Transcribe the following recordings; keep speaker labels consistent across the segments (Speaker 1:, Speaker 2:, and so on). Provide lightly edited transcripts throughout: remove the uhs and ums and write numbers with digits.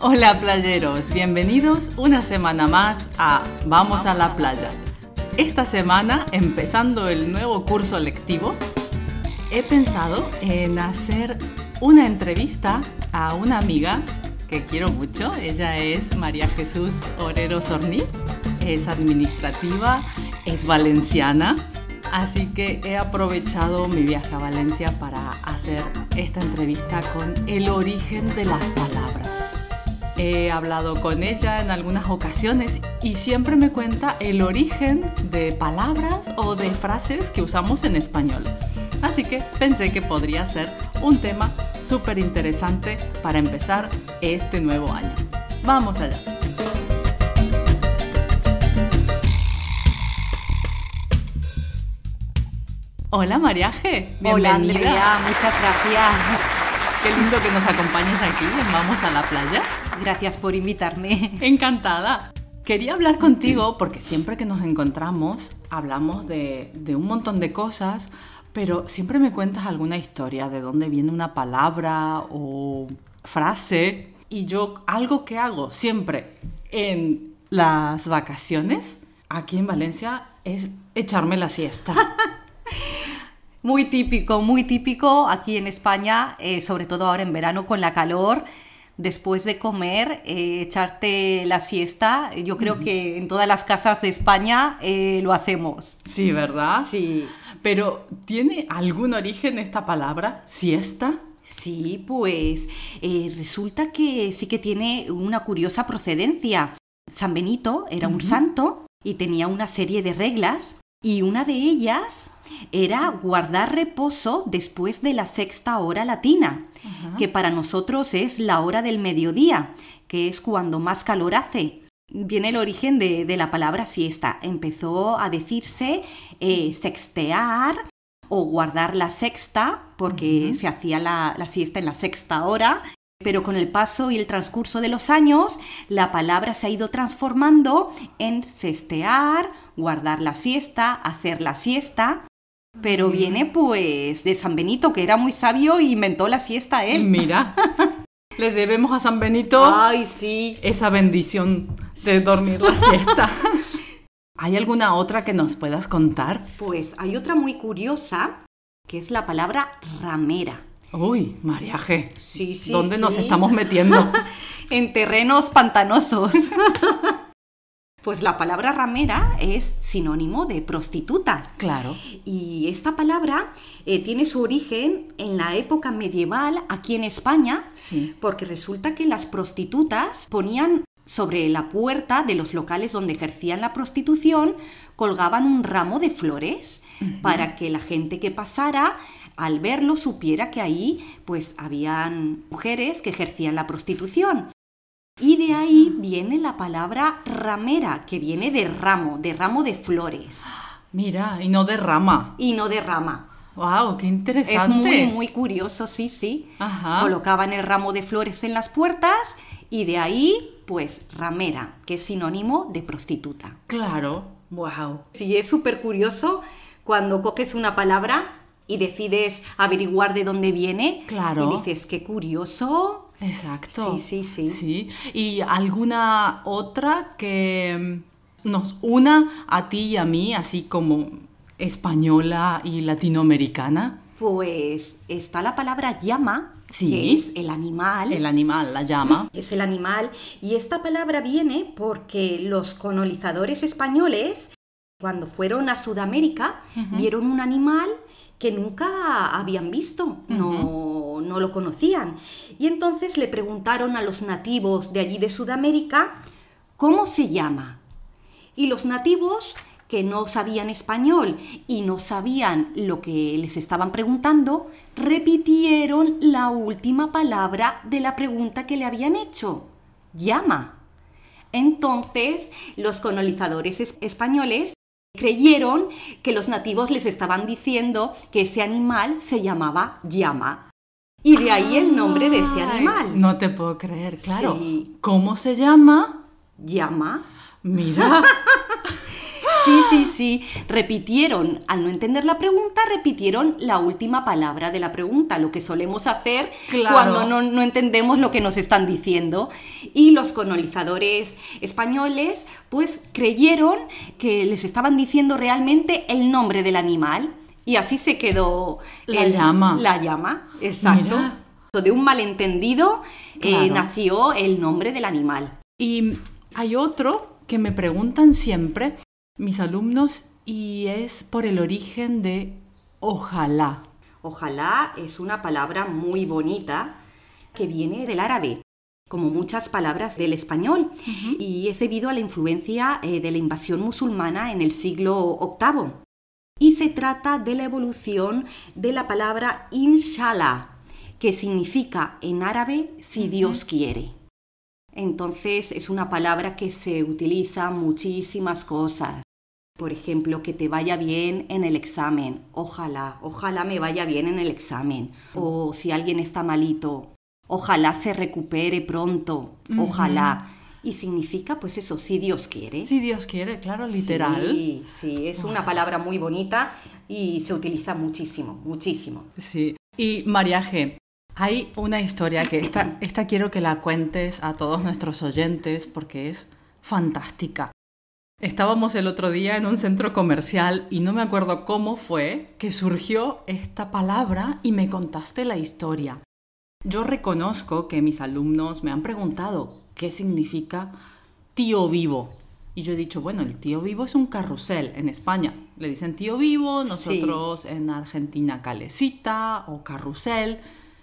Speaker 1: Hola playeros, bienvenidos una semana más a Vamos a la playa. Esta semana, empezando el nuevo curso lectivo, he pensado en hacer una entrevista a una amiga que quiero mucho. Ella es María Jesús Orero Sorní, es administrativa, es valenciana, así que he aprovechado mi viaje a Valencia para hacer esta entrevista con el origen de las palabras. He hablado con ella en algunas ocasiones y siempre me cuenta el origen de palabras o de frases que usamos en español. Así que pensé que podría ser un tema súper interesante para empezar este nuevo año. ¡Vamos allá! Hola Mariaje, bienvenida.
Speaker 2: Hola Andrea, muchas gracias.
Speaker 1: Qué lindo que nos acompañes aquí en Vamos a la playa.
Speaker 2: Gracias por invitarme.
Speaker 1: Encantada. Quería hablar contigo porque siempre que nos encontramos hablamos de un montón de cosas, pero siempre me cuentas alguna historia de dónde viene una palabra o frase. Y yo algo que hago siempre en las vacaciones aquí en Valencia es echarme la siesta.
Speaker 2: Muy típico aquí en España, sobre todo ahora en verano con la calor. Después de comer, echarte la siesta. Yo creo que en todas las casas de España lo hacemos.
Speaker 1: Sí, ¿verdad?
Speaker 2: Sí.
Speaker 1: Pero ¿tiene algún origen esta palabra, siesta?
Speaker 2: Sí, pues resulta que sí que tiene una curiosa procedencia. San Benito era un santo y tenía una serie de reglas y una de ellas era guardar reposo después de la sexta hora latina, que para nosotros es la hora del mediodía, que es cuando más calor hace. Viene el origen de la palabra siesta. Empezó a decirse sextear o guardar la sexta, porque se hacía la siesta en la sexta hora. Pero con el paso y el transcurso de los años, la palabra se ha ido transformando en sestear, guardar la siesta, hacer la siesta. Pero viene pues de San Benito, que era muy sabio y inventó la siesta él.
Speaker 1: Mira, le debemos a San Benito
Speaker 2: ¡ay, sí!
Speaker 1: Esa bendición de dormir la siesta. ¿Hay alguna otra que nos puedas contar?
Speaker 2: Pues hay otra muy curiosa, que es la palabra ramera.
Speaker 1: Uy, Mariaje,
Speaker 2: sí,
Speaker 1: ¿dónde nos estamos metiendo?
Speaker 2: En terrenos pantanosos. Pues la palabra ramera es sinónimo de prostituta.
Speaker 1: Claro.
Speaker 2: Y esta palabra tiene su origen en la época medieval aquí en España, porque resulta que las prostitutas ponían sobre la puerta de los locales donde ejercían la prostitución, colgaban un ramo de flores para que la gente que pasara al verlo supiera que ahí pues habían mujeres que ejercían la prostitución. Y de ahí viene la palabra ramera, que viene de ramo de flores.
Speaker 1: Mira, y no de rama.
Speaker 2: Y no de rama.
Speaker 1: ¡Wow! ¡Qué interesante!
Speaker 2: Es muy curioso, sí.
Speaker 1: Ajá.
Speaker 2: Colocaban el ramo de flores en las puertas y de ahí, pues, ramera, que es sinónimo de prostituta.
Speaker 1: Claro. ¡Wow!
Speaker 2: Sí, es súper curioso cuando coges una palabra y decides averiguar de dónde viene.
Speaker 1: Claro.
Speaker 2: Y dices, ¡qué curioso!
Speaker 1: Exacto.
Speaker 2: Sí.
Speaker 1: ¿Y alguna otra que nos una a ti y a mí, así como española y latinoamericana?
Speaker 2: Pues está la palabra llama, que es el animal.
Speaker 1: El animal, la llama.
Speaker 2: Es el animal. Y esta palabra viene porque los colonizadores españoles, cuando fueron a Sudamérica, vieron un animal que nunca habían visto, no lo conocían. Y entonces le preguntaron a los nativos de allí de Sudamérica, ¿cómo se llama? Y los nativos, que no sabían español y no sabían lo que les estaban preguntando, repitieron la última palabra de la pregunta que le habían hecho, llama. Entonces, los colonizadores españoles creyeron que los nativos les estaban diciendo que ese animal se llamaba llama. Y de ahí el nombre de este animal.
Speaker 1: No te puedo creer, claro.
Speaker 2: Sí.
Speaker 1: ¿Cómo se llama?
Speaker 2: Llama.
Speaker 1: Mira.
Speaker 2: Sí. Repitieron, al no entender la pregunta, repitieron la última palabra de la pregunta, lo que solemos hacer cuando no entendemos lo que nos están diciendo. Y los colonizadores españoles, pues, creyeron que les estaban diciendo realmente el nombre del animal. Y así se quedó
Speaker 1: la llama.
Speaker 2: La llama, exacto.
Speaker 1: Mira.
Speaker 2: De un malentendido nació el nombre del animal.
Speaker 1: Y hay otro que me preguntan siempre mis alumnos y es por el origen de ojalá.
Speaker 2: Ojalá es una palabra muy bonita que viene del árabe, como muchas palabras del español, y es debido a la influencia de la invasión musulmana en el siglo VIII. Y se trata de la evolución de la palabra inshallah, que significa en árabe si Dios quiere. Entonces es una palabra que se utiliza en muchísimas cosas. Por ejemplo, que te vaya bien en el examen. Ojalá me vaya bien en el examen. O si alguien está malito, ojalá se recupere pronto. Ojalá. Y significa, pues eso, si Dios quiere.
Speaker 1: Si Dios quiere, claro, literal.
Speaker 2: Sí, es una palabra muy bonita y se utiliza muchísimo.
Speaker 1: Sí. Y Mariaje, hay una historia que esta quiero que la cuentes a todos nuestros oyentes porque es fantástica. Estábamos el otro día en un centro comercial y no me acuerdo cómo fue que surgió esta palabra y me contaste la historia. Yo reconozco que mis alumnos me han preguntado qué significa tío vivo. Y yo he dicho, bueno, el tío vivo es un carrusel en España. Le dicen tío vivo, nosotros en Argentina calecita o carrusel.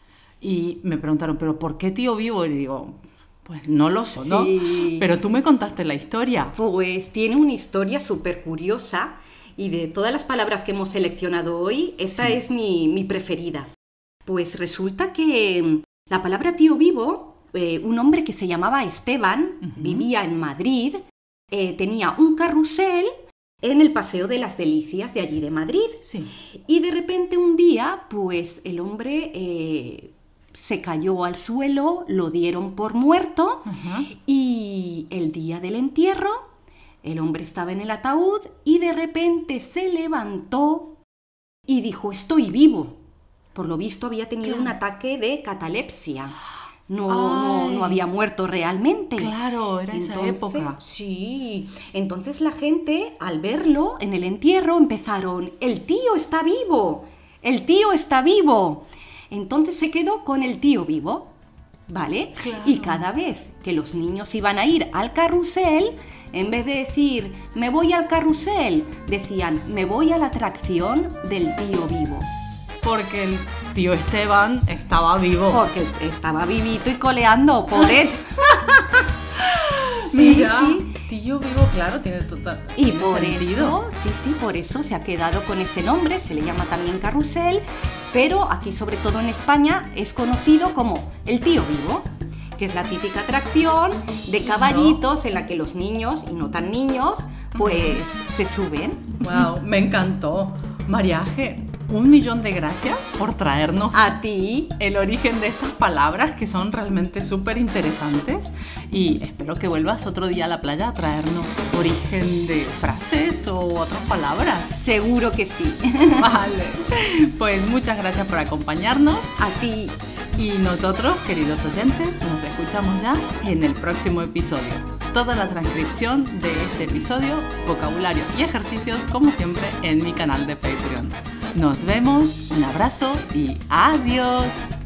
Speaker 1: Y me preguntaron, ¿pero por qué tío vivo? Y digo, pues no lo sé, ¿no? Pero tú me contaste la historia.
Speaker 2: Pues tiene una historia súper curiosa y de todas las palabras que hemos seleccionado hoy, esta es mi preferida. Pues resulta que la palabra tío vivo, un hombre que se llamaba Esteban, vivía en Madrid, tenía un carrusel en el Paseo de las Delicias de allí de Madrid.
Speaker 1: Sí.
Speaker 2: Y de repente un día, pues el hombre se cayó al suelo, lo dieron por muerto y el día del entierro, el hombre estaba en el ataúd y de repente se levantó y dijo, estoy vivo. Por lo visto había tenido un ataque de catalepsia. No había muerto realmente.
Speaker 1: Claro, era esa época.
Speaker 2: Sí, entonces la gente al verlo en el entierro empezaron, el tío está vivo, el tío está vivo. Entonces se quedó con el tío vivo, ¿vale?
Speaker 1: Claro.
Speaker 2: Y cada vez que los niños iban a ir al carrusel, en vez de decir, me voy al carrusel, decían, me voy a la atracción del tío vivo.
Speaker 1: Porque el tío Esteban estaba vivo.
Speaker 2: Porque estaba vivito y coleando, poder.
Speaker 1: Mira, tío vivo, claro, tiene total
Speaker 2: Y por
Speaker 1: sentido.
Speaker 2: eso, por eso se ha quedado con ese nombre, se le llama también carrusel, pero aquí sobre todo en España es conocido como el tío vivo, que es la típica atracción de caballitos en la que los niños, y no tan niños, pues se suben.
Speaker 1: Wow, me encantó. Mariaje, 1.000.000 de gracias por traernos
Speaker 2: A ti.
Speaker 1: el origen de estas palabras que son realmente súper interesantes y espero que vuelvas otro día a la playa a traernos origen de frases o otras palabras.
Speaker 2: Seguro que sí.
Speaker 1: Vale, pues muchas gracias por acompañarnos.
Speaker 2: A ti.
Speaker 1: Y nosotros, queridos oyentes, nos escuchamos ya en el próximo episodio. Toda la transcripción de este episodio, vocabulario y ejercicios, como siempre, en mi canal de Patreon. Nos vemos, un abrazo y adiós.